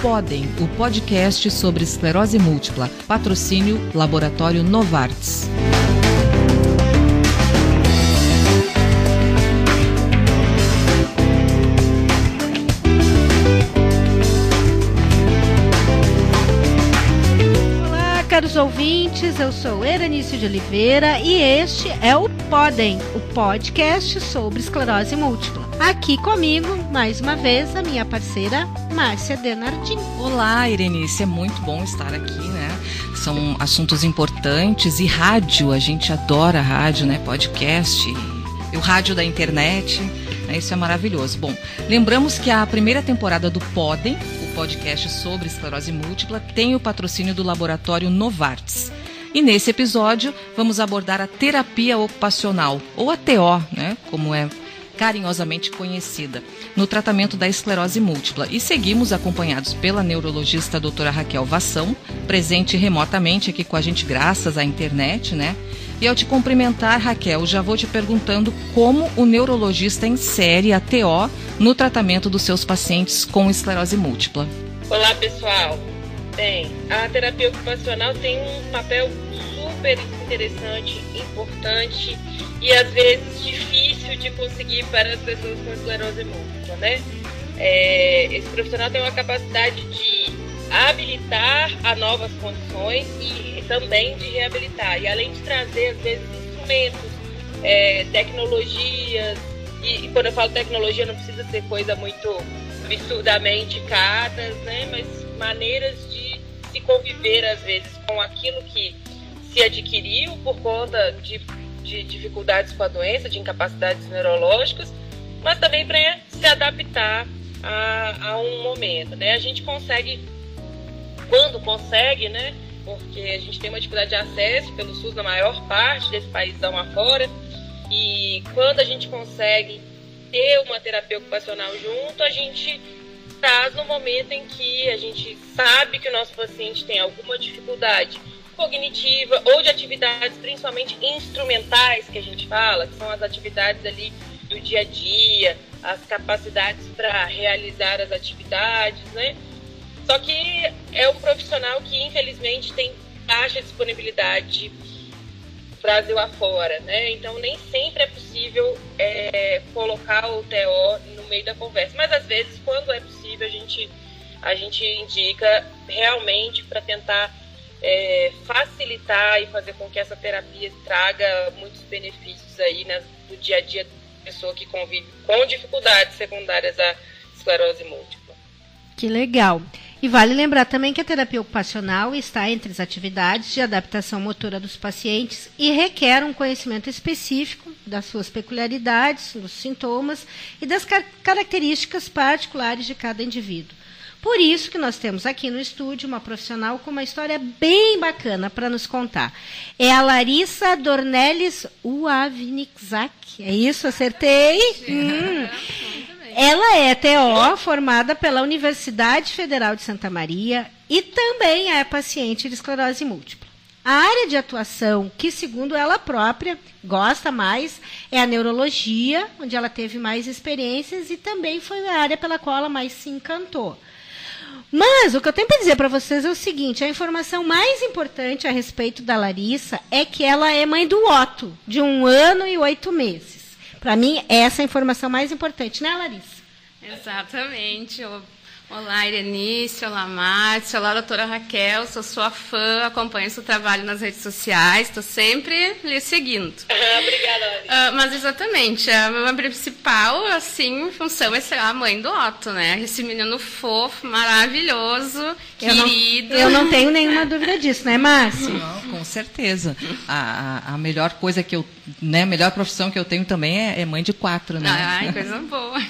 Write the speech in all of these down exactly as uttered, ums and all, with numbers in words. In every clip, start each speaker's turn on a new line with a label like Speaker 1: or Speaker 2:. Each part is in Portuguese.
Speaker 1: Podem, o podcast sobre esclerose múltipla. Patrocínio Laboratório Novartis.
Speaker 2: Caros ouvintes, eu sou Eranício de Oliveira e este é o Podem, o podcast sobre esclerose múltipla. Aqui comigo, mais uma vez, a minha parceira Márcia Denardim.
Speaker 1: Olá, Eranício, é muito bom estar aqui, né? São assuntos importantes e rádio, a gente adora rádio, né? Podcast e o rádio da internet, né? Isso é maravilhoso. Bom, lembramos que a primeira temporada do Podem, podcast sobre esclerose múltipla, tem o patrocínio do Laboratório Novartis. E nesse episódio vamos abordar a terapia ocupacional, ou a T O, né, como é carinhosamente conhecida, no tratamento da esclerose múltipla. E seguimos acompanhados pela neurologista doutora Raquel Vassão, presente remotamente aqui com a gente graças à internet, né? E ao te cumprimentar, Raquel, já vou te perguntando como o neurologista insere a T O no tratamento dos seus pacientes com esclerose múltipla.
Speaker 3: Olá, pessoal. Bem, a terapia ocupacional tem um papel super interessante, importante e às vezes difícil de conseguir para as pessoas com esclerose múltipla, né? É, esse profissional tem uma capacidade de habilitar a novas condições e também de reabilitar. E além de trazer, às vezes, instrumentos, é, tecnologias, e, e quando eu falo tecnologia não precisa ser coisa muito absurdamente caras, né? Mas maneiras de se conviver, às vezes, com aquilo que se adquiriu por conta de, de dificuldades com a doença, de incapacidades neurológicas, mas também para se adaptar a, a um momento, né? A gente consegue, quando consegue, né? Porque a gente tem uma dificuldade de acesso pelo SUS na maior parte desse paísão afora, e quando a gente consegue ter uma terapia ocupacional junto, a gente traz no momento em que a gente sabe que o nosso paciente tem alguma dificuldade cognitiva ou de atividades principalmente instrumentais, que a gente fala, que são as atividades ali do dia a dia, as capacidades para realizar as atividades, né? Só que é um profissional que, infelizmente, tem baixa disponibilidade Brasil afora, né? Então, nem sempre é possível é, colocar o T O no meio da conversa. Mas, às vezes, quando é possível, a gente, a gente indica realmente para tentar é, facilitar e fazer com que essa terapia traga muitos benefícios aí, né, no dia a dia da pessoa que convive com dificuldades secundárias à esclerose múltipla.
Speaker 2: Que legal! E vale lembrar também que a terapia ocupacional está entre as atividades de adaptação motora dos pacientes e requer um conhecimento específico das suas peculiaridades, dos sintomas e das car- características particulares de cada indivíduo. Por isso que nós temos aqui no estúdio uma profissional com uma história bem bacana para nos contar. É a Larissa Dornelles Uavniczak. É isso? Acertei? Hum. Ela é T O formada pela Universidade Federal de Santa Maria e também é paciente de esclerose múltipla. A área de atuação que, segundo ela própria, gosta mais é a neurologia, onde ela teve mais experiências e também foi a área pela qual ela mais se encantou. Mas o que eu tenho para dizer para vocês é o seguinte, a informação mais importante a respeito da Larissa é que ela é mãe do Otto, de um ano e oito meses. Para mim, essa é a informação mais importante, né, Larissa?
Speaker 4: Exatamente. Olá, Eranício, olá, Márcia, olá, doutora Raquel, sou sua fã, acompanho seu trabalho nas redes sociais, estou sempre lhe seguindo.
Speaker 3: Obrigada, Larissa.
Speaker 4: Uh, mas, exatamente, a minha principal, assim, função é ser a mãe do Otto, né? Esse menino fofo, maravilhoso,
Speaker 2: eu
Speaker 4: querido.
Speaker 2: Não, eu não tenho nenhuma dúvida disso, né, Márcia?
Speaker 1: Não, com certeza. A, a, a melhor coisa que eu, né, a melhor profissão que eu tenho também é, é mãe de quatro, né?
Speaker 4: Ai, coisa boa.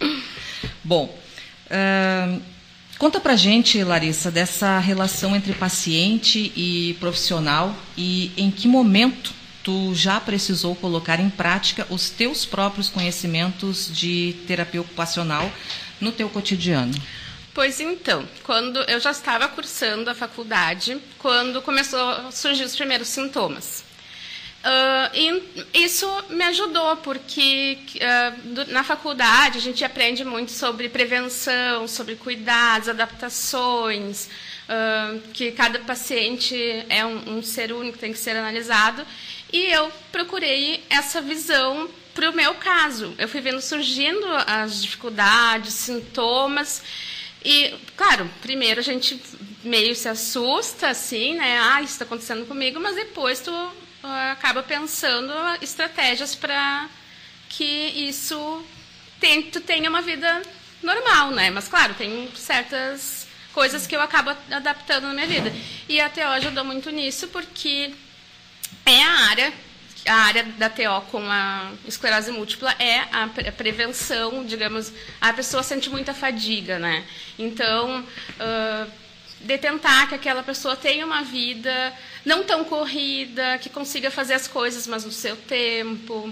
Speaker 1: Bom, uh, conta pra gente, Larissa, dessa relação entre paciente e profissional e em que momento tu já precisou colocar em prática os teus próprios conhecimentos de terapia ocupacional no teu cotidiano.
Speaker 4: Pois então, quando eu já estava cursando a faculdade, quando começou a surgir os primeiros sintomas. Uh, e isso me ajudou, porque uh, do, na faculdade a gente aprende muito sobre prevenção, sobre cuidados, adaptações, uh, que cada paciente é um, um ser único, tem que ser analisado. E eu procurei essa visão para o meu caso. Eu fui vendo surgindo as dificuldades, sintomas. E, claro, primeiro a gente meio se assusta, assim, né? Ah, isso está acontecendo comigo, mas depois tu acaba pensando estratégias para que isso tem, tu tenha uma vida normal, né? Mas, claro, tem certas coisas que eu acabo adaptando na minha vida. E a T O ajudou muito nisso, porque é a área, a área da T O com a esclerose múltipla é a prevenção, digamos, a pessoa sente muita fadiga, né? Então, uh, de tentar que aquela pessoa tenha uma vida não tão corrida, que consiga fazer as coisas, mas no seu tempo.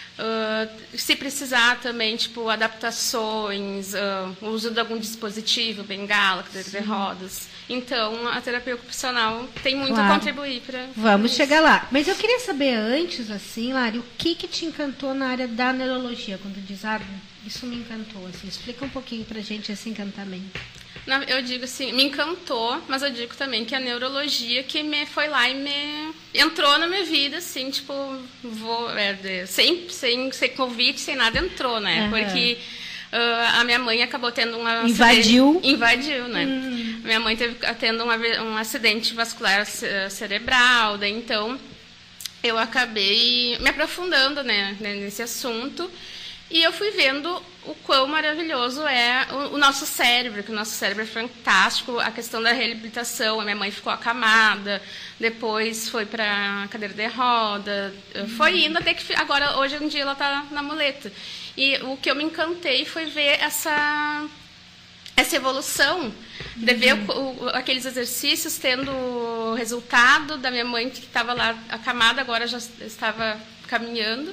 Speaker 4: Uh, se precisar também, tipo, adaptações, uh, o uso de algum dispositivo, bengala, cadeira de rodas. Então, a terapia ocupacional tem muito claro. a contribuir para...
Speaker 2: Vamos isso. chegar lá. Mas eu queria saber antes, assim, Lari, o que, que te encantou na área da neurologia? Quando diz, ah, isso me encantou, assim. Explica um pouquinho para a gente esse encantamento.
Speaker 4: Eu digo assim, me encantou, mas eu digo também que a neurologia que me foi lá e me entrou na minha vida, assim, tipo, vou, é, de, sem, sem, sem convite, sem nada, entrou, né? Uhum. Porque uh, a minha mãe acabou tendo uma...
Speaker 2: Invadiu.
Speaker 4: Acidente, invadiu, né? Uhum. Minha mãe teve tendo uma, um acidente vascular cerebral, daí então eu acabei me aprofundando, né, nesse assunto. E eu fui vendo o quão maravilhoso é o, o nosso cérebro, que o nosso cérebro é fantástico, a questão da reabilitação. A minha mãe ficou acamada, depois foi para cadeira de roda, uhum. foi indo até que agora, hoje em dia, ela está na muleta. E o que eu me encantei foi ver essa, essa evolução, de ver o, o, aqueles exercícios tendo resultado da minha mãe, que estava lá acamada, agora já estava caminhando.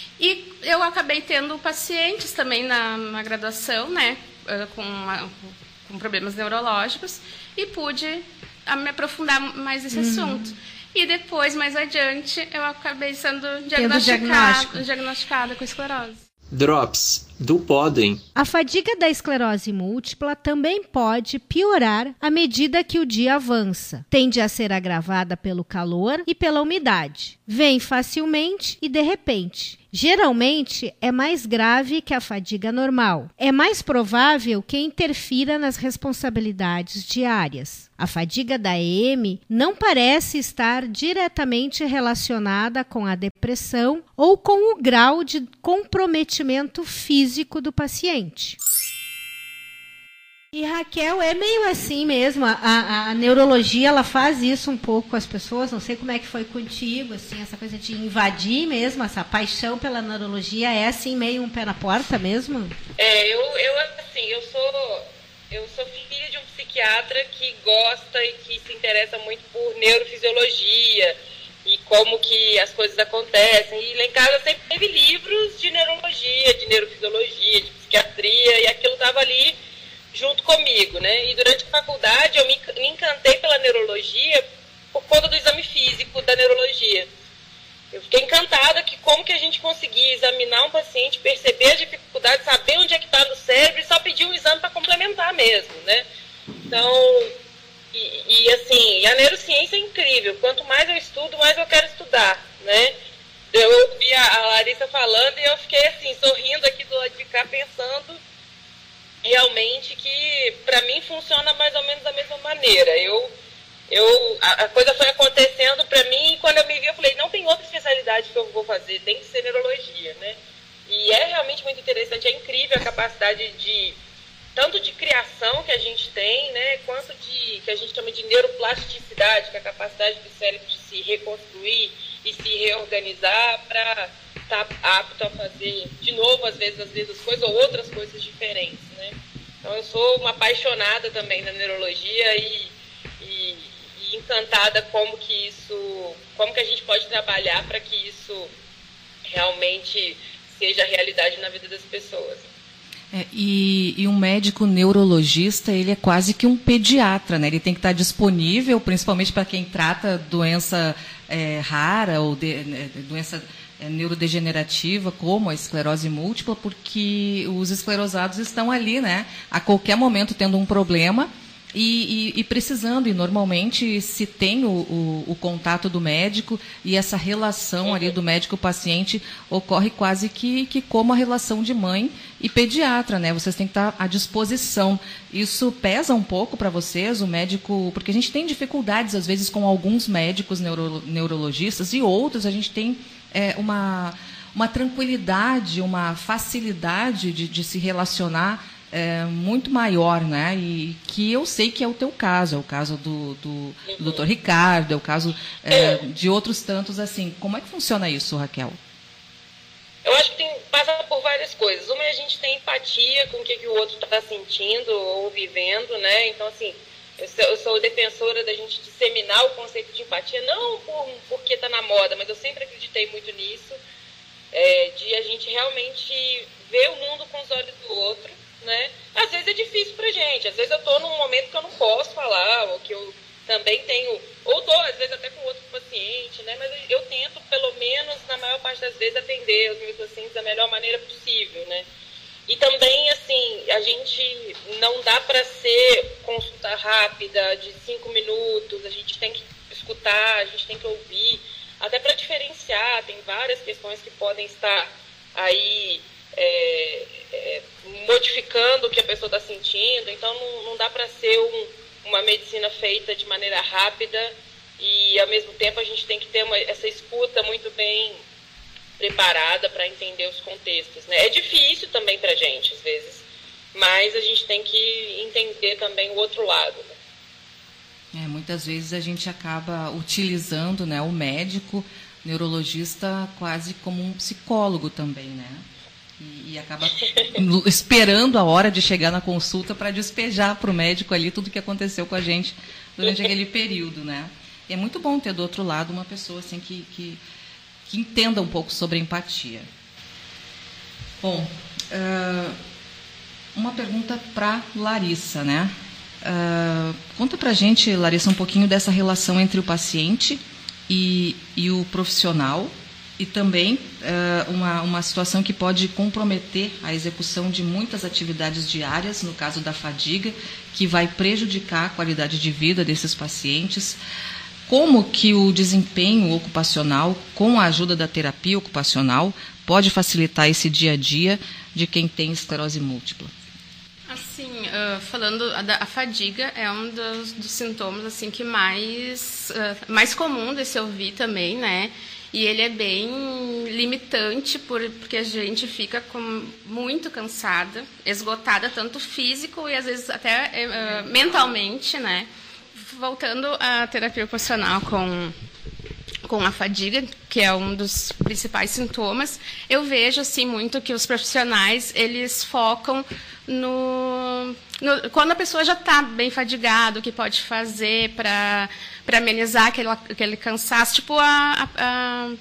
Speaker 4: E eu acabei tendo pacientes também na, na graduação, né, com, uma, com problemas neurológicos, e pude a, me aprofundar mais nesse uhum. assunto. E depois, mais adiante, eu acabei sendo diagnosticada, diagnosticada com esclerose.
Speaker 5: Drops do Podem.
Speaker 2: A fadiga da esclerose múltipla também pode piorar à medida que o dia avança. Tende a ser agravada pelo calor e pela umidade. Vem facilmente e de repente. Geralmente é mais grave que a fadiga normal. É mais provável que interfira nas responsabilidades diárias. A fadiga da E M não parece estar diretamente relacionada com a depressão ou com o grau de comprometimento físico do paciente. E Raquel, é meio assim mesmo, a, a, a neurologia ela faz isso um pouco com as pessoas, não sei como é que foi contigo, assim, essa coisa de invadir mesmo, essa paixão pela neurologia é assim meio um pé na porta mesmo?
Speaker 3: É, eu, eu assim, eu sou, eu sou filha de um psiquiatra que gosta e que se interessa muito por neurofisiologia e como que as coisas acontecem, e lá em casa sempre teve livros de neurologia, de neurofisiologia, de psiquiatria, e aquilo estava ali junto comigo, né? E durante a faculdade eu me encantei pela neurologia por conta do exame físico da neurologia. Eu fiquei encantada que como que a gente conseguia examinar um paciente, perceber a dificuldade, saber onde é que está no cérebro e só pedir um exame para complementar mesmo, né? Então, e, e assim, a neurociência é incrível. Quanto mais eu estudo, mais eu quero estudar, né? Eu ouvi a, a Larissa falando e eu fiquei assim, sorrindo aqui do lado de cá, pensando realmente que para mim funciona mais ou menos da mesma maneira. Eu, eu, a, a coisa foi acontecendo para mim e quando eu me vi eu falei, não tem outra especialidade que eu vou fazer, tem que ser neurologia, né? E é realmente muito interessante, é incrível a capacidade de, tanto de criação que a gente tem, né, quanto de, que a gente chama de neuroplasticidade, que é a capacidade do cérebro de se reconstruir e se reorganizar para estar apto a fazer de novo, às vezes, as mesmas coisas ou outras coisas diferentes, né? Então, eu sou uma apaixonada também na neurologia e, e, e encantada como que isso, como que a gente pode trabalhar para que isso realmente seja a realidade na vida das pessoas.
Speaker 1: É, e, e um médico neurologista, ele é quase que um pediatra, né? Ele tem que estar disponível, principalmente para quem trata doença é, rara ou de, né, doença é, neurodegenerativa, como a esclerose múltipla, porque os esclerosados estão ali, né? A qualquer momento tendo um problema. E, e, e precisando, e normalmente se tem o, o, o contato do médico e essa relação ali do médico-paciente ocorre quase que, que como a relação de mãe e pediatra, né? Vocês têm que estar à disposição. Isso pesa um pouco para vocês, o médico, porque a gente tem dificuldades às vezes com alguns médicos neuro, neurologistas e outros a gente tem é, uma, uma tranquilidade, uma facilidade de, de se relacionar É, muito maior, né? E que eu sei que é o teu caso, é o caso do, do, do doutor Ricardo, é o caso é, de outros tantos assim. Como é que funciona isso, Raquel?
Speaker 3: Eu acho que tem, passa por várias coisas. Uma é a gente ter empatia com o que, que o outro está sentindo ou vivendo, né? Então, assim, eu sou, eu sou defensora da gente disseminar o conceito de empatia, não por, porque está na moda, mas eu sempre acreditei muito nisso, é, de a gente realmente ver o mundo com os olhos do outro. Né? Às vezes é difícil pra gente, às vezes eu tô num momento que eu não posso falar, ou que eu também tenho, ou tô às vezes até com outro paciente, né? Mas eu tento, pelo menos, na maior parte das vezes, atender os meus pacientes da melhor maneira possível, né? E também, assim, a gente não dá para ser consulta rápida, de cinco minutos, a gente tem que escutar, a gente tem que ouvir, até para diferenciar, tem várias questões que podem estar aí É, é, modificando o que a pessoa está sentindo, então não, não dá para ser um, uma medicina feita de maneira rápida e ao mesmo tempo a gente tem que ter uma, essa escuta muito bem preparada para entender os contextos, né? É difícil também para a gente às vezes, mas a gente tem que entender também o outro lado, né?
Speaker 1: É, muitas vezes a gente acaba utilizando, né, o médico neurologista quase como um psicólogo também, né? E, e acaba esperando a hora de chegar na consulta para despejar para o médico ali tudo que aconteceu com a gente durante aquele período, né? E é muito bom ter do outro lado uma pessoa assim que, que, que entenda um pouco sobre empatia. Bom, uh, uma pergunta para Larissa, né? Uh, conta para a gente, Larissa, um pouquinho dessa relação entre o paciente e, e o profissional, e também uh, uma, uma situação que pode comprometer a execução de muitas atividades diárias, no caso da fadiga, que vai prejudicar a qualidade de vida desses pacientes. Como que o desempenho ocupacional, com a ajuda da terapia ocupacional, pode facilitar esse dia a dia de quem tem esclerose múltipla?
Speaker 4: Assim, uh, falando, a, a fadiga é um dos, dos sintomas assim, que mais, uh, mais comum de se ouvir também, né? E ele é bem limitante, por, porque a gente fica com, muito cansada, esgotada, tanto físico e às vezes até uh, mentalmente, né? Voltando à terapia ocupacional com, com a fadiga, que é um dos principais sintomas, eu vejo assim, muito que os profissionais eles focam no, no quando a pessoa já está bem fadigada, o que pode fazer para para amenizar aquele, aquele cansaço, tipo a, a, a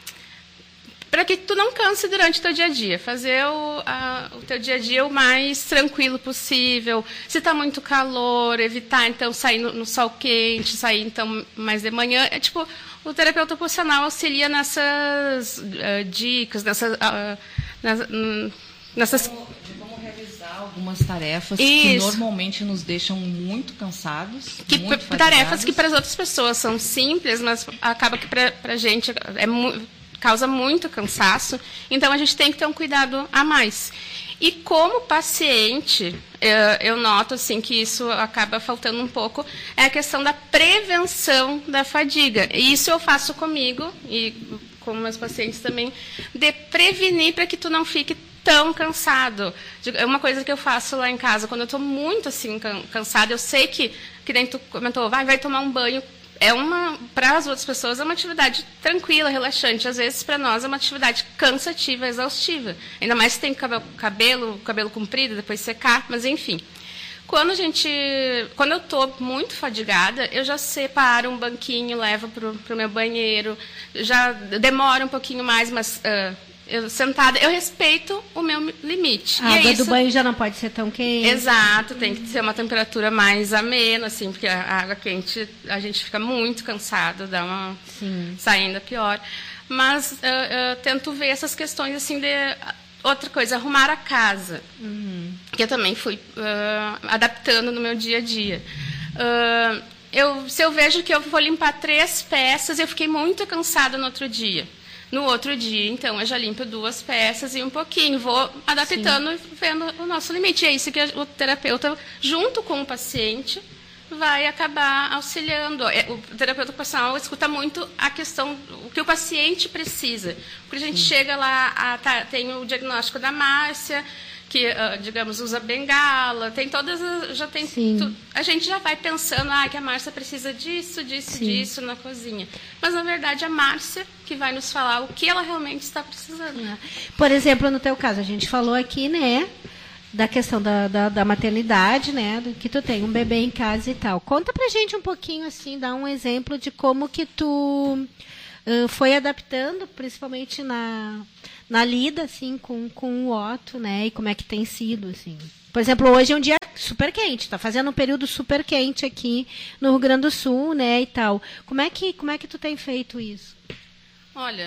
Speaker 4: para que tu não canse durante o teu dia a dia, fazer o, a, o teu dia a dia o mais tranquilo possível. Se está muito calor, evitar então sair no, no sol quente, sair então mais de manhã. É tipo, o terapeuta ocupacional auxilia nessas uh, dicas, nessas, uh, nessas, uh, nessas...
Speaker 1: Como, de como realizar algumas tarefas Isso. que normalmente nos deixam muito cansados,
Speaker 4: que
Speaker 1: muito
Speaker 4: tarefas que para as outras pessoas são simples, mas acaba que para a gente é muito causa muito cansaço, então a gente tem que ter um cuidado a mais. E como paciente, eu noto assim, que isso acaba faltando um pouco, é a questão da prevenção da fadiga. E isso eu faço comigo e com meus pacientes também, de prevenir para que tu não fique tão cansado. É uma coisa que eu faço lá em casa, quando eu estou muito assim, cansada, eu sei que, que nem tu comentou, vai, vai tomar um banho. É uma, para as outras pessoas é uma atividade tranquila, relaxante. Às vezes, para nós, é uma atividade cansativa, exaustiva. Ainda mais se tem cabelo, cabelo comprido, depois secar, mas enfim. Quando a gente, quando eu estou muito fadigada, eu já separo um banquinho, levo para o meu banheiro, já demora um pouquinho mais, mas uh, eu sentada, eu respeito o meu limite.
Speaker 2: A
Speaker 4: e
Speaker 2: água
Speaker 4: é isso...
Speaker 2: do banho já não pode ser tão quente.
Speaker 4: Exato, tem que ser uma temperatura mais amena, assim, porque a água quente a gente fica muito cansado, dá uma
Speaker 2: Sim.
Speaker 4: saindo pior. Mas eu, eu tento ver essas questões assim de outra coisa, arrumar a casa, uhum. que eu também fui uh, adaptando no meu dia a dia. Uh, eu, se eu vejo que eu vou limpar três peças, eu fiquei muito cansada no outro dia. No outro dia, então, eu já limpo duas peças e um pouquinho. Vou adaptando e vendo o nosso limite. E é isso que o terapeuta, junto com o paciente, vai acabar auxiliando. O terapeuta ocupacional escuta muito a questão, o que o paciente precisa. Porque a gente Sim. chega lá, a, tá, tem o diagnóstico da Márcia, que, uh, digamos, usa bengala, tem todas, já tem tu, a gente já vai pensando ah, que a Márcia precisa disso, disso, Sim. disso na cozinha. Mas, na verdade, a Márcia que vai nos falar o que ela realmente está precisando.
Speaker 2: É. Por exemplo, no teu caso, a gente falou aqui, né, da questão da, da, da maternidade, né, do que tu tem um bebê em casa e tal. Conta pra gente um pouquinho, assim, dá um exemplo de como que tu uh, foi adaptando, principalmente na... na lida, assim, com, com o Otto, né? E como é que tem sido, assim. Por exemplo, hoje é um dia super quente, está fazendo um período super quente aqui no Rio Grande do Sul, né, e tal. Como é que, como é que tu tem feito isso?
Speaker 4: Olha,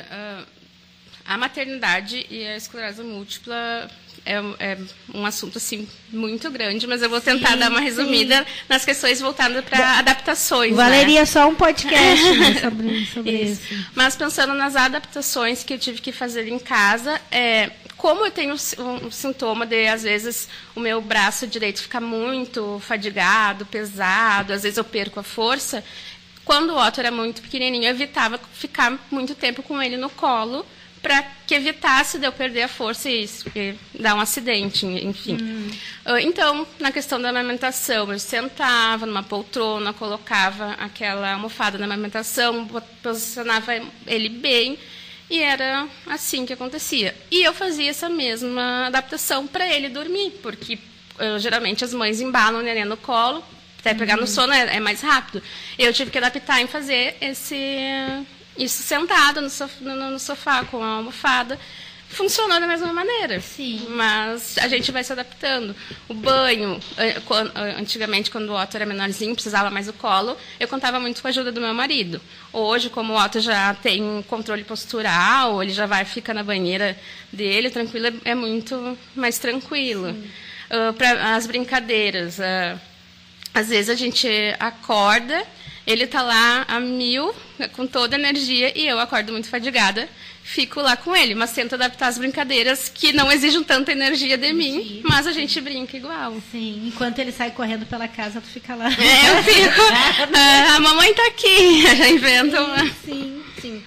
Speaker 4: a maternidade e a esclerose múltipla é, é um assunto, assim, muito grande, mas eu vou tentar sim, dar uma resumida sim. nas questões voltadas para adaptações.
Speaker 2: Valeria,
Speaker 4: né?
Speaker 2: Só um podcast né, sobre, sobre isso. isso.
Speaker 4: Mas pensando nas adaptações que eu tive que fazer em casa, é, como eu tenho um, um sintoma de, às vezes, o meu braço direito ficar muito fadigado, pesado, às vezes eu perco a força, quando o Otto era muito pequenininho, eu evitava ficar muito tempo com ele no colo, para que evitasse de eu perder a força e, e dar um acidente, enfim. Hum. Então, na questão da amamentação, eu sentava numa poltrona, colocava aquela almofada na amamentação, posicionava ele bem, e era assim que acontecia. E eu fazia essa mesma adaptação para ele dormir, porque eu, geralmente as mães embalam o neném no colo, até pegar hum. no sono é, é mais rápido. Eu tive que adaptar em fazer esse... Isso sentada no sofá, no, no sofá com a almofada, funcionou da mesma maneira.
Speaker 2: Sim.
Speaker 4: Mas a gente vai se adaptando. O banho, antigamente, quando o Otto era menorzinho, precisava mais do colo, eu contava muito com a ajuda do meu marido. Hoje, como o Otto já tem controle postural, ele já vai ficar na banheira dele, tranquilo, é muito mais tranquilo. Uh, para as brincadeiras, uh, às vezes a gente acorda, ele está lá a mil, com toda a energia, e eu acordo muito fadigada, fico lá com ele, mas tento adaptar as brincadeiras que não exigem tanta energia de mim, mas a gente brinca igual.
Speaker 2: Sim, enquanto ele sai correndo pela casa, tu fica lá.
Speaker 4: É, eu fico, ah, a mamãe está aqui, já inventa uma...
Speaker 2: Sim, sim.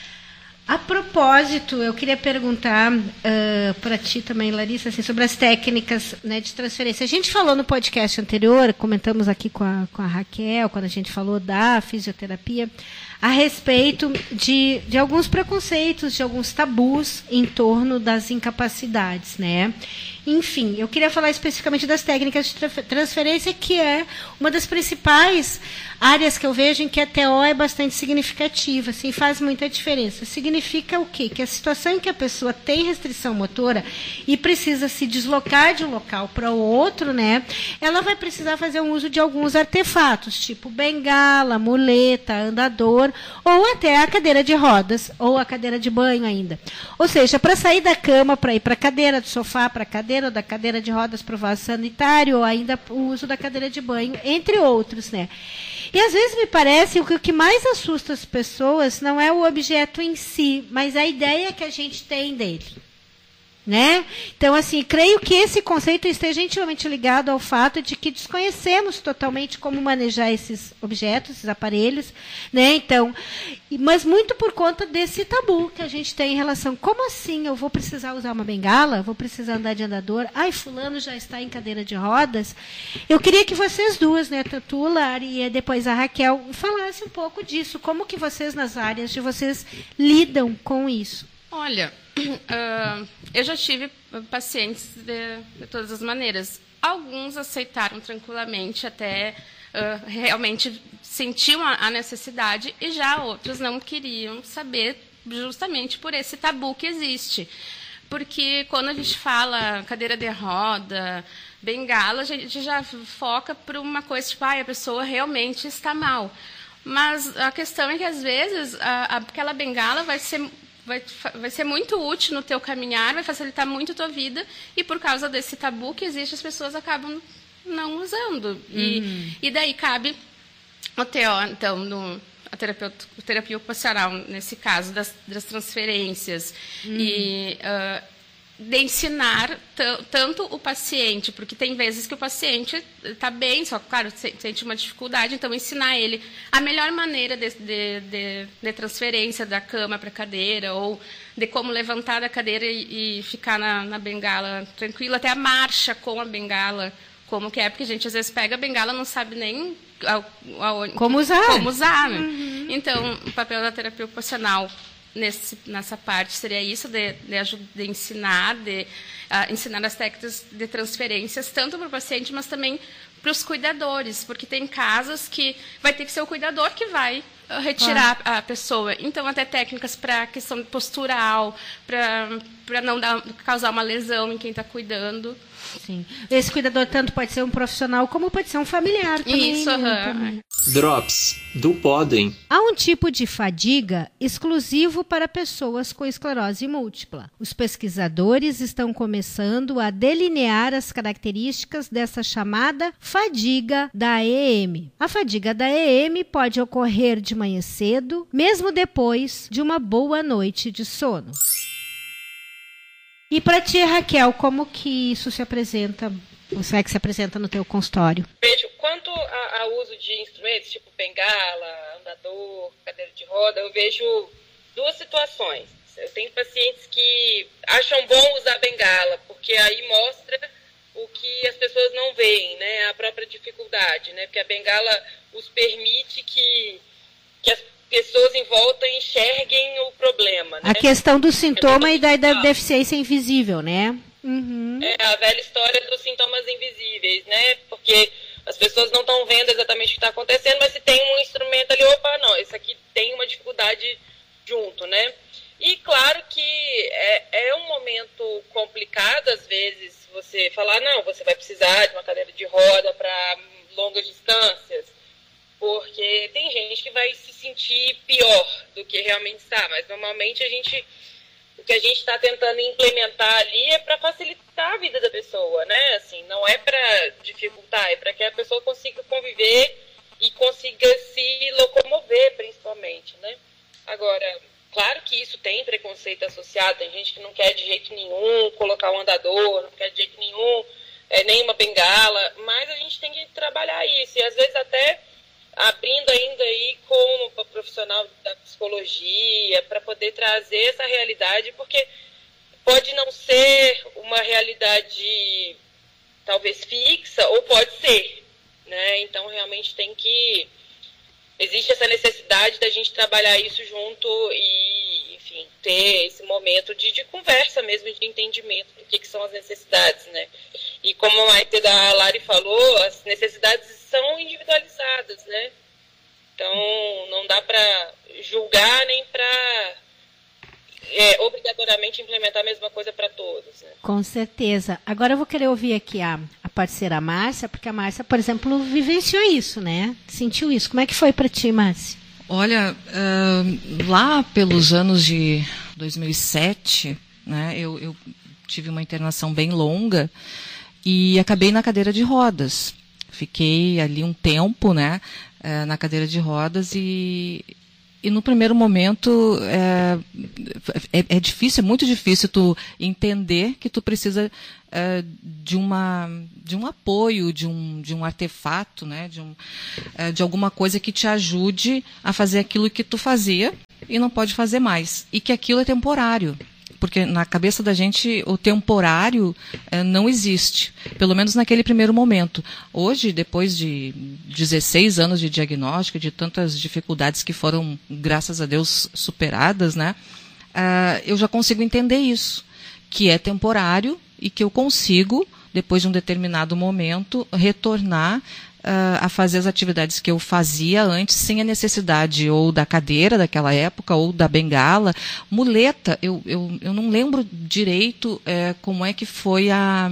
Speaker 2: A propósito, eu queria perguntar uh, para ti também, Larissa, assim, sobre as técnicas, né, de transferência. A gente falou no podcast anterior, comentamos aqui com a, com a Raquel, quando a gente falou da fisioterapia, a respeito de, de alguns preconceitos, de alguns tabus em torno das incapacidades, né? Enfim, eu queria falar especificamente das técnicas de transferência, que é uma das principais áreas que eu vejo em que a T O é bastante significativa, assim, faz muita diferença. Significa o quê? Que a situação em que a pessoa tem restrição motora e precisa se deslocar de um local para o outro, né, ela vai precisar fazer um uso de alguns artefatos, tipo bengala, muleta, andador, ou até a cadeira de rodas, ou a cadeira de banho ainda. Ou seja, para sair da cama, para ir para a cadeira, do sofá para a cadeira, ou da cadeira de rodas para o vaso sanitário, ou ainda o uso da cadeira de banho, entre outros, né? E às vezes me parece que o que mais assusta as pessoas não é o objeto em si, mas a ideia que a gente tem dele. Né? Então, assim, creio que esse conceito esteja intimamente ligado ao fato de que desconhecemos totalmente como manejar esses objetos, esses aparelhos, né? Então, mas muito por conta desse tabu que a gente tem em relação, como assim eu vou precisar usar uma bengala, vou precisar andar de andador, ai, fulano já está em cadeira de rodas. Eu queria que vocês duas, né, tu, Lari, e depois a Raquel, falassem um pouco disso, como que vocês nas áreas de vocês lidam com isso.
Speaker 4: Olha, uh, eu já tive pacientes de, de todas as maneiras. Alguns aceitaram tranquilamente, até uh, realmente sentiam a, a necessidade, e já outros não queriam saber justamente por esse tabu que existe. Porque quando a gente fala cadeira de roda, bengala, a gente já foca para uma coisa tipo, ah, a pessoa realmente está mal. Mas a questão é que, às vezes, a, aquela bengala vai ser, vai, vai ser muito útil no teu caminhar, vai facilitar muito a tua vida, e por causa desse tabu que existe, as pessoas acabam não usando. E, uhum. e daí cabe o teu, então, no, a terapia, a terapia ocupacional, nesse caso, das, das transferências, uhum. e... Uh, de ensinar tanto o paciente, porque tem vezes que o paciente está bem, só que, claro, sente uma dificuldade, então ensinar ele a melhor maneira de, de, de, de transferência da cama para a cadeira, ou de como levantar da cadeira e, e ficar na, na bengala tranquilo, até a marcha com a bengala, como que é, porque a gente às vezes pega a bengala e não sabe nem a, a, a,
Speaker 2: como usar,
Speaker 4: como usar né? Uhum. Então, o papel da terapia ocupacional Nesse, nessa parte seria isso, de, de, de ensinar, de uh, ensinar as técnicas de transferências, tanto para o paciente, mas também para os cuidadores, porque tem casos que vai ter que ser o cuidador que vai uh, retirar ah. a pessoa. Então, até técnicas para a questão postural, para não dar, causar uma lesão em quem está cuidando.
Speaker 2: Sim. Esse cuidador tanto pode ser um profissional como pode ser um familiar também.
Speaker 4: Isso,
Speaker 2: né?
Speaker 4: uh-huh.
Speaker 5: Drops do Podem.
Speaker 2: Há um tipo de fadiga exclusivo para pessoas com esclerose múltipla. Os pesquisadores estão começando a delinear as características dessa chamada fadiga da E M. A fadiga da E M pode ocorrer de manhã cedo, mesmo depois de uma boa noite de sono. E para ti, Raquel, como que isso se apresenta? Você é que se apresenta no teu consultório?
Speaker 3: Vejo, quanto ao uso de instrumentos, tipo bengala, andador, cadeira de roda, eu vejo duas situações. Eu tenho pacientes que acham bom usar bengala, porque aí mostra o que as pessoas não veem, né? A própria dificuldade, né? Porque a bengala os permite que, que as pessoas em volta enxerguem o problema, né?
Speaker 2: A questão do sintoma é e da, da deficiência invisível, né? Uhum.
Speaker 3: É a velha história dos sintomas invisíveis, né? Porque as pessoas não estão vendo exatamente o que está acontecendo, mas se tem um instrumento ali, opa, não, esse aqui tem uma dificuldade junto, né? E claro que é, é um momento complicado, às vezes, você falar, não, você vai precisar de uma cadeira de roda para longas distâncias, porque tem gente que vai se sentir pior do que realmente está, mas normalmente a gente, o que a gente está tentando implementar ali é para facilitar a vida da pessoa, né? Assim, não é para dificultar, é para que a pessoa consiga conviver e consiga se locomover, principalmente, né? Agora, claro que isso tem preconceito associado, tem gente que não quer de jeito nenhum colocar um andador, não quer de jeito nenhum é, nenhuma bengala, mas a gente tem que trabalhar isso, e às vezes até abrindo ainda aí como profissional da psicologia, para poder trazer essa realidade, porque pode não ser uma realidade talvez fixa, ou pode ser, né? Então realmente tem que... Existe essa necessidade da gente trabalhar isso junto e, enfim, ter esse momento de, de conversa mesmo, de entendimento do que, que são as necessidades, né? E como a Maite da Lari falou, as necessidades são individualizadas, né? Então, não dá para julgar nem para é, obrigatoriamente implementar a mesma coisa para todos, né?
Speaker 2: Com certeza. Agora eu vou querer ouvir aqui a, a parceira Márcia, porque a Márcia, por exemplo, vivenciou isso, né? Sentiu isso. Como é que foi para ti, Márcia?
Speaker 1: Olha, uh, lá pelos anos de dois mil e sete, né, eu, eu tive uma internação bem longa e acabei na cadeira de rodas. Fiquei ali um tempo, né, uh, na cadeira de rodas e, e no primeiro momento é, é, é difícil, é muito difícil tu entender que tu precisa uh, de, uma, de um apoio, de um, de um artefato, né, de, um, uh, de alguma coisa que te ajude a fazer aquilo que tu fazia e não pode fazer mais. E que aquilo é temporário. Porque na cabeça da gente o temporário eh, não existe, pelo menos naquele primeiro momento. Hoje, depois de dezesseis anos de diagnóstico, de tantas dificuldades que foram, graças a Deus, superadas, né, uh, eu já consigo entender isso, que é temporário e que eu consigo, depois de um determinado momento, retornar uh, a fazer as atividades que eu fazia antes, sem a necessidade ou da cadeira daquela época, ou da bengala. Muleta, eu, eu, eu não lembro direito é, como é que foi a,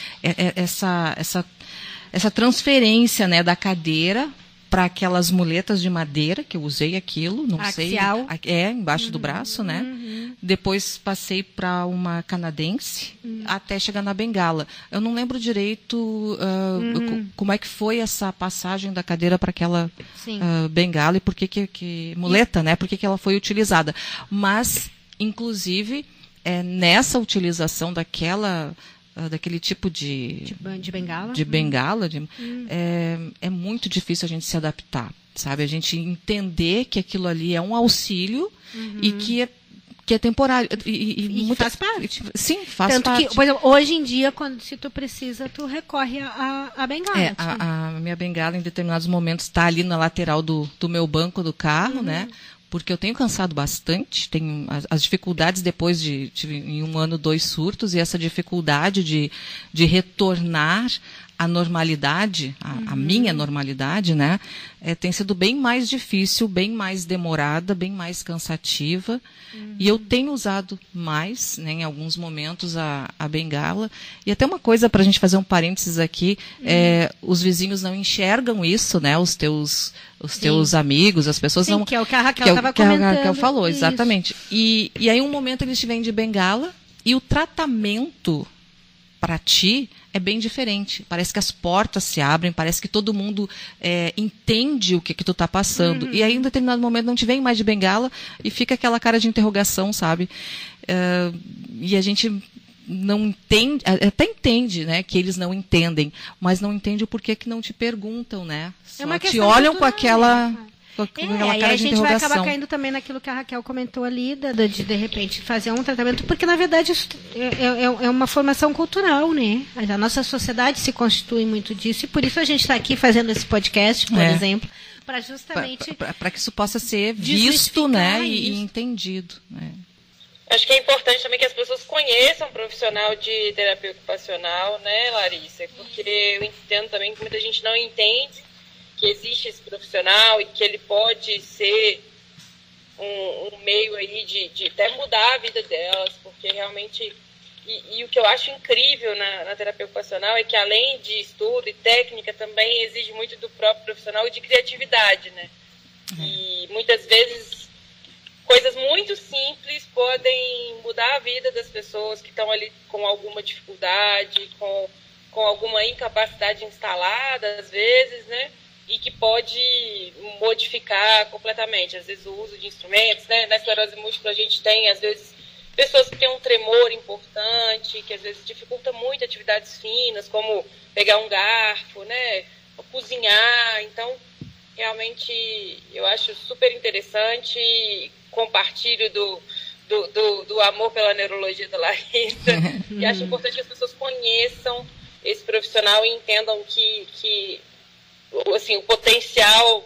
Speaker 1: é, essa, essa, essa transferência, né, da cadeira para aquelas muletas de madeira, que eu usei aquilo, não
Speaker 2: Axial.
Speaker 1: sei. É, embaixo
Speaker 2: Uhum,
Speaker 1: do braço, né?
Speaker 2: uhum.
Speaker 1: Depois passei para uma canadense, uhum. até chegar na bengala. Eu não lembro direito uh, uhum. como é que foi essa passagem da cadeira para aquela uh, bengala e por que, que, que muleta, né? Por que, que ela foi utilizada. Mas, inclusive, é, nessa utilização daquela... daquele tipo de
Speaker 2: de, de bengala,
Speaker 1: de bengala de,
Speaker 2: hum.
Speaker 1: é, é muito difícil a gente se adaptar, sabe? A gente entender que aquilo ali é um auxílio uhum. e que é, que é temporário. E, e,
Speaker 2: e
Speaker 1: muita,
Speaker 2: faz parte.
Speaker 1: Sim, faz
Speaker 2: Tanto
Speaker 1: parte.
Speaker 2: Que, por exemplo, hoje em dia, quando se tu precisa, tu recorre à a, a bengala.
Speaker 1: É, a, a minha bengala, em determinados momentos, está ali na lateral do, do meu banco do carro, uhum. né? Porque eu tenho cansado bastante, tenho as, as dificuldades depois de, tive em um ano dois surtos, e essa dificuldade de, de retornar à normalidade, a, uhum. a minha normalidade, né, é, tem sido bem mais difícil, bem mais demorada, bem mais cansativa, uhum. e eu tenho usado mais, né, em alguns momentos, a, a bengala. E até uma coisa para a gente fazer um parênteses aqui, uhum. é, os vizinhos não enxergam isso, né, os teus... os teus Sim. amigos, as pessoas
Speaker 2: Sim,
Speaker 1: não...
Speaker 2: que é o que a Raquel estava comentando.
Speaker 1: Que a Raquel falou,
Speaker 2: isso.
Speaker 1: exatamente. E, e aí um momento eles te vêm de bengala e o tratamento para ti é bem diferente. Parece que as portas se abrem, parece que todo mundo é, entende o que, que tu está passando. Uhum. E aí em determinado momento não te vem mais de bengala e fica aquela cara de interrogação, sabe? Uh, e a gente... não entende, até entende, né, que eles não entendem, mas não entende o porquê que não te perguntam, né? Só
Speaker 2: é
Speaker 1: te olham com aquela,
Speaker 2: né?
Speaker 1: com
Speaker 2: é,
Speaker 1: aquela
Speaker 2: e
Speaker 1: cara
Speaker 2: a
Speaker 1: de
Speaker 2: gente
Speaker 1: interrogação.
Speaker 2: vai acabar caindo também naquilo que a Raquel comentou ali, de de, de repente fazer um tratamento, porque na verdade isso é, é, é uma formação cultural, né? A nossa sociedade se constitui muito disso, e por isso a gente está aqui fazendo esse podcast, por é. exemplo, para justamente...
Speaker 1: Para que isso possa ser visto, né, e, e entendido, né?
Speaker 3: Acho que é importante também que as pessoas conheçam um profissional de terapia ocupacional, né, Larissa? Porque eu entendo também que muita gente não entende que existe esse profissional e que ele pode ser um, um meio aí de, de até mudar a vida delas, porque realmente... E, e o que eu acho incrível na, na terapia ocupacional é que, além de estudo e técnica, também exige muito do próprio profissional e de criatividade, né? E muitas vezes... coisas muito simples podem mudar a vida das pessoas que estão ali com alguma dificuldade, com, com alguma incapacidade instalada, às vezes, né? E que pode modificar completamente. Às vezes, o uso de instrumentos, né? Na esclerose múltipla, a gente tem, às vezes, pessoas que têm um tremor importante, que às vezes dificulta muito atividades finas, como pegar um garfo, né? Ou cozinhar. Então, realmente, eu acho super interessante. Compartilho do, do, do, do amor pela neurologia da Larissa. E acho importante que as pessoas conheçam esse profissional e entendam que, que assim, o potencial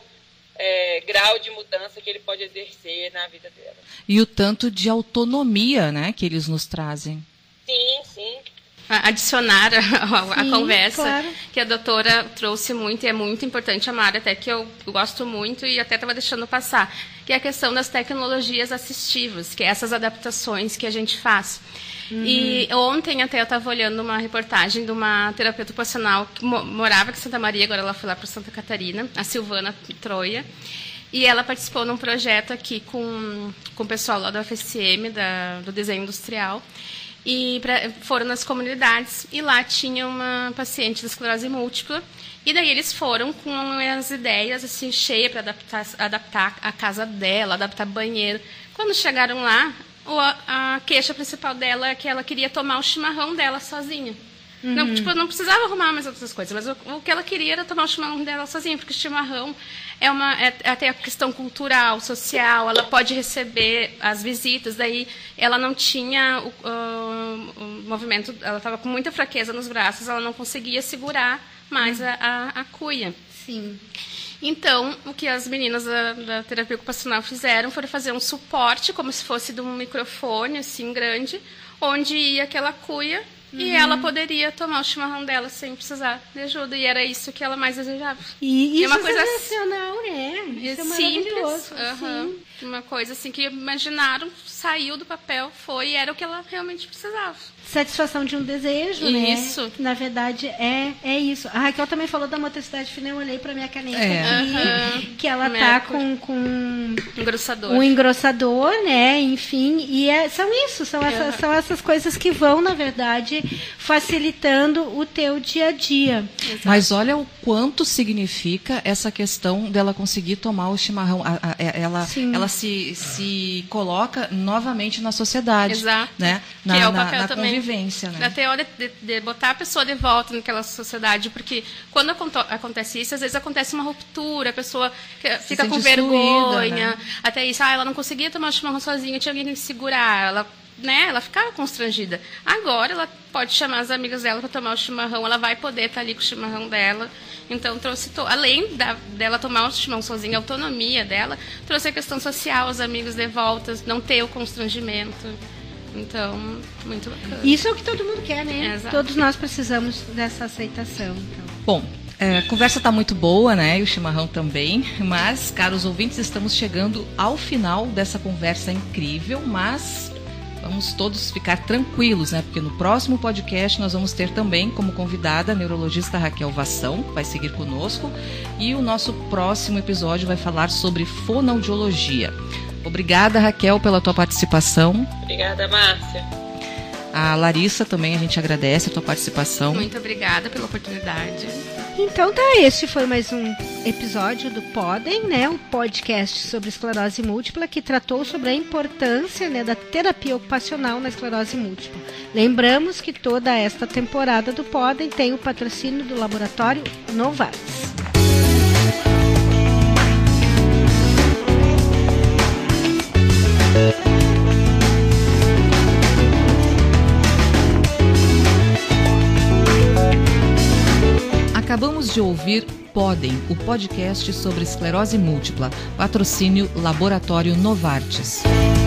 Speaker 3: é, grau de mudança que ele pode exercer na vida dela.
Speaker 1: E o tanto de autonomia, né, que eles nos trazem.
Speaker 3: Sim, sim.
Speaker 4: Adicionar a, a
Speaker 2: Sim,
Speaker 4: conversa
Speaker 2: claro.
Speaker 4: que a doutora trouxe muito, e é muito importante, a Mara, até que eu gosto muito e até estava deixando passar, que é a questão das tecnologias assistivas, que é essas adaptações que a gente faz. Uhum. E ontem até eu estava olhando uma reportagem de uma terapeuta ocupacional que morava aqui em Santa Maria, agora ela foi lá para Santa Catarina, a Silvana Troia, e ela participou num projeto aqui com, com o pessoal lá do F S M, da, do desenho industrial, e pra, foram nas comunidades, e lá tinha uma paciente de esclerose múltipla, e daí eles foram com as ideias assim, cheias para adaptar, adaptar a casa dela, adaptar banheiro. Quando chegaram lá, a, a queixa principal dela é que ela queria tomar o chimarrão dela sozinha. Uhum. Não, tipo, não precisava arrumar mais outras coisas, mas o, o que ela queria era tomar o chimarrão dela sozinha, porque o chimarrão é uma é, até a questão cultural, social, ela pode receber as visitas, daí ela não tinha o, o, o movimento, ela estava com muita fraqueza nos braços, ela não conseguia segurar mais a, a, a cuia.
Speaker 2: Sim.
Speaker 4: Então, o que as meninas da, da terapia ocupacional fizeram foi fazer um suporte, como se fosse de um microfone, assim, grande, onde ia aquela cuia E uhum. ela poderia tomar o chimarrão dela sem precisar de ajuda. E era isso que ela mais desejava.
Speaker 2: E isso é uma coisa sensacional, né? Isso é
Speaker 4: simples. Uhum. Uma coisa assim que imaginaram, saiu do papel, foi e era o que ela realmente precisava.
Speaker 2: Satisfação de um desejo, né?
Speaker 4: Isso.
Speaker 2: Na verdade, é, é isso. A Raquel também falou da motricidade fina, eu olhei pra minha caneta
Speaker 1: é.
Speaker 2: aqui, uhum. que ela tá com, com
Speaker 4: engrossador.
Speaker 2: um engrossador, né? Enfim, e é, são isso, são essas, uhum. são essas coisas que vão, na verdade, facilitando o teu dia a dia.
Speaker 1: Exato. Mas olha o quanto significa essa questão dela conseguir tomar o chimarrão. A, a, ela, ela se, se coloca novamente na sociedade.
Speaker 4: Exato.
Speaker 1: Né? Na,
Speaker 4: que é o
Speaker 1: na,
Speaker 4: papel
Speaker 1: na
Speaker 4: também.
Speaker 1: Convivência, né?
Speaker 4: Da teoria de, de botar a pessoa de volta naquela sociedade, porque quando acontece isso, às vezes acontece uma ruptura, a pessoa fica com vergonha, né? Até isso, ah, ela não conseguia tomar o chimarrão sozinha, tinha alguém que segurar, ela, né, ela ficava constrangida. Agora ela pode chamar as amigas dela para tomar o chimarrão, ela vai poder estar ali com o chimarrão dela. Então, trouxe, to... além da, dela tomar o chimarrão sozinha, a autonomia dela, trouxe a questão social, os amigos de volta, não ter o constrangimento. Então, muito bacana.
Speaker 2: Isso é o que todo mundo quer, né?
Speaker 4: Exato.
Speaker 2: Todos nós precisamos dessa aceitação. Então.
Speaker 1: Bom, é, a conversa está muito boa, né? E o chimarrão também. Mas, caros ouvintes, estamos chegando ao final dessa conversa incrível, mas vamos todos ficar tranquilos, né? Porque no próximo podcast nós vamos ter também como convidada a neurologista Raquel Vassão, que vai seguir conosco. E o nosso próximo episódio vai falar sobre fonoaudiologia. Obrigada, Raquel, pela tua participação.
Speaker 3: Obrigada, Márcia.
Speaker 1: A Larissa também, a gente agradece a tua participação.
Speaker 4: Muito obrigada pela oportunidade.
Speaker 2: Então tá, este foi mais um episódio do Podem, né, um podcast sobre esclerose múltipla que tratou sobre a importância, né, da terapia ocupacional na esclerose múltipla. Lembramos que toda esta temporada do Podem tem o patrocínio do laboratório Novartis.
Speaker 1: Acabamos de ouvir Podem, o podcast sobre esclerose múltipla, patrocínio Laboratório Novartis.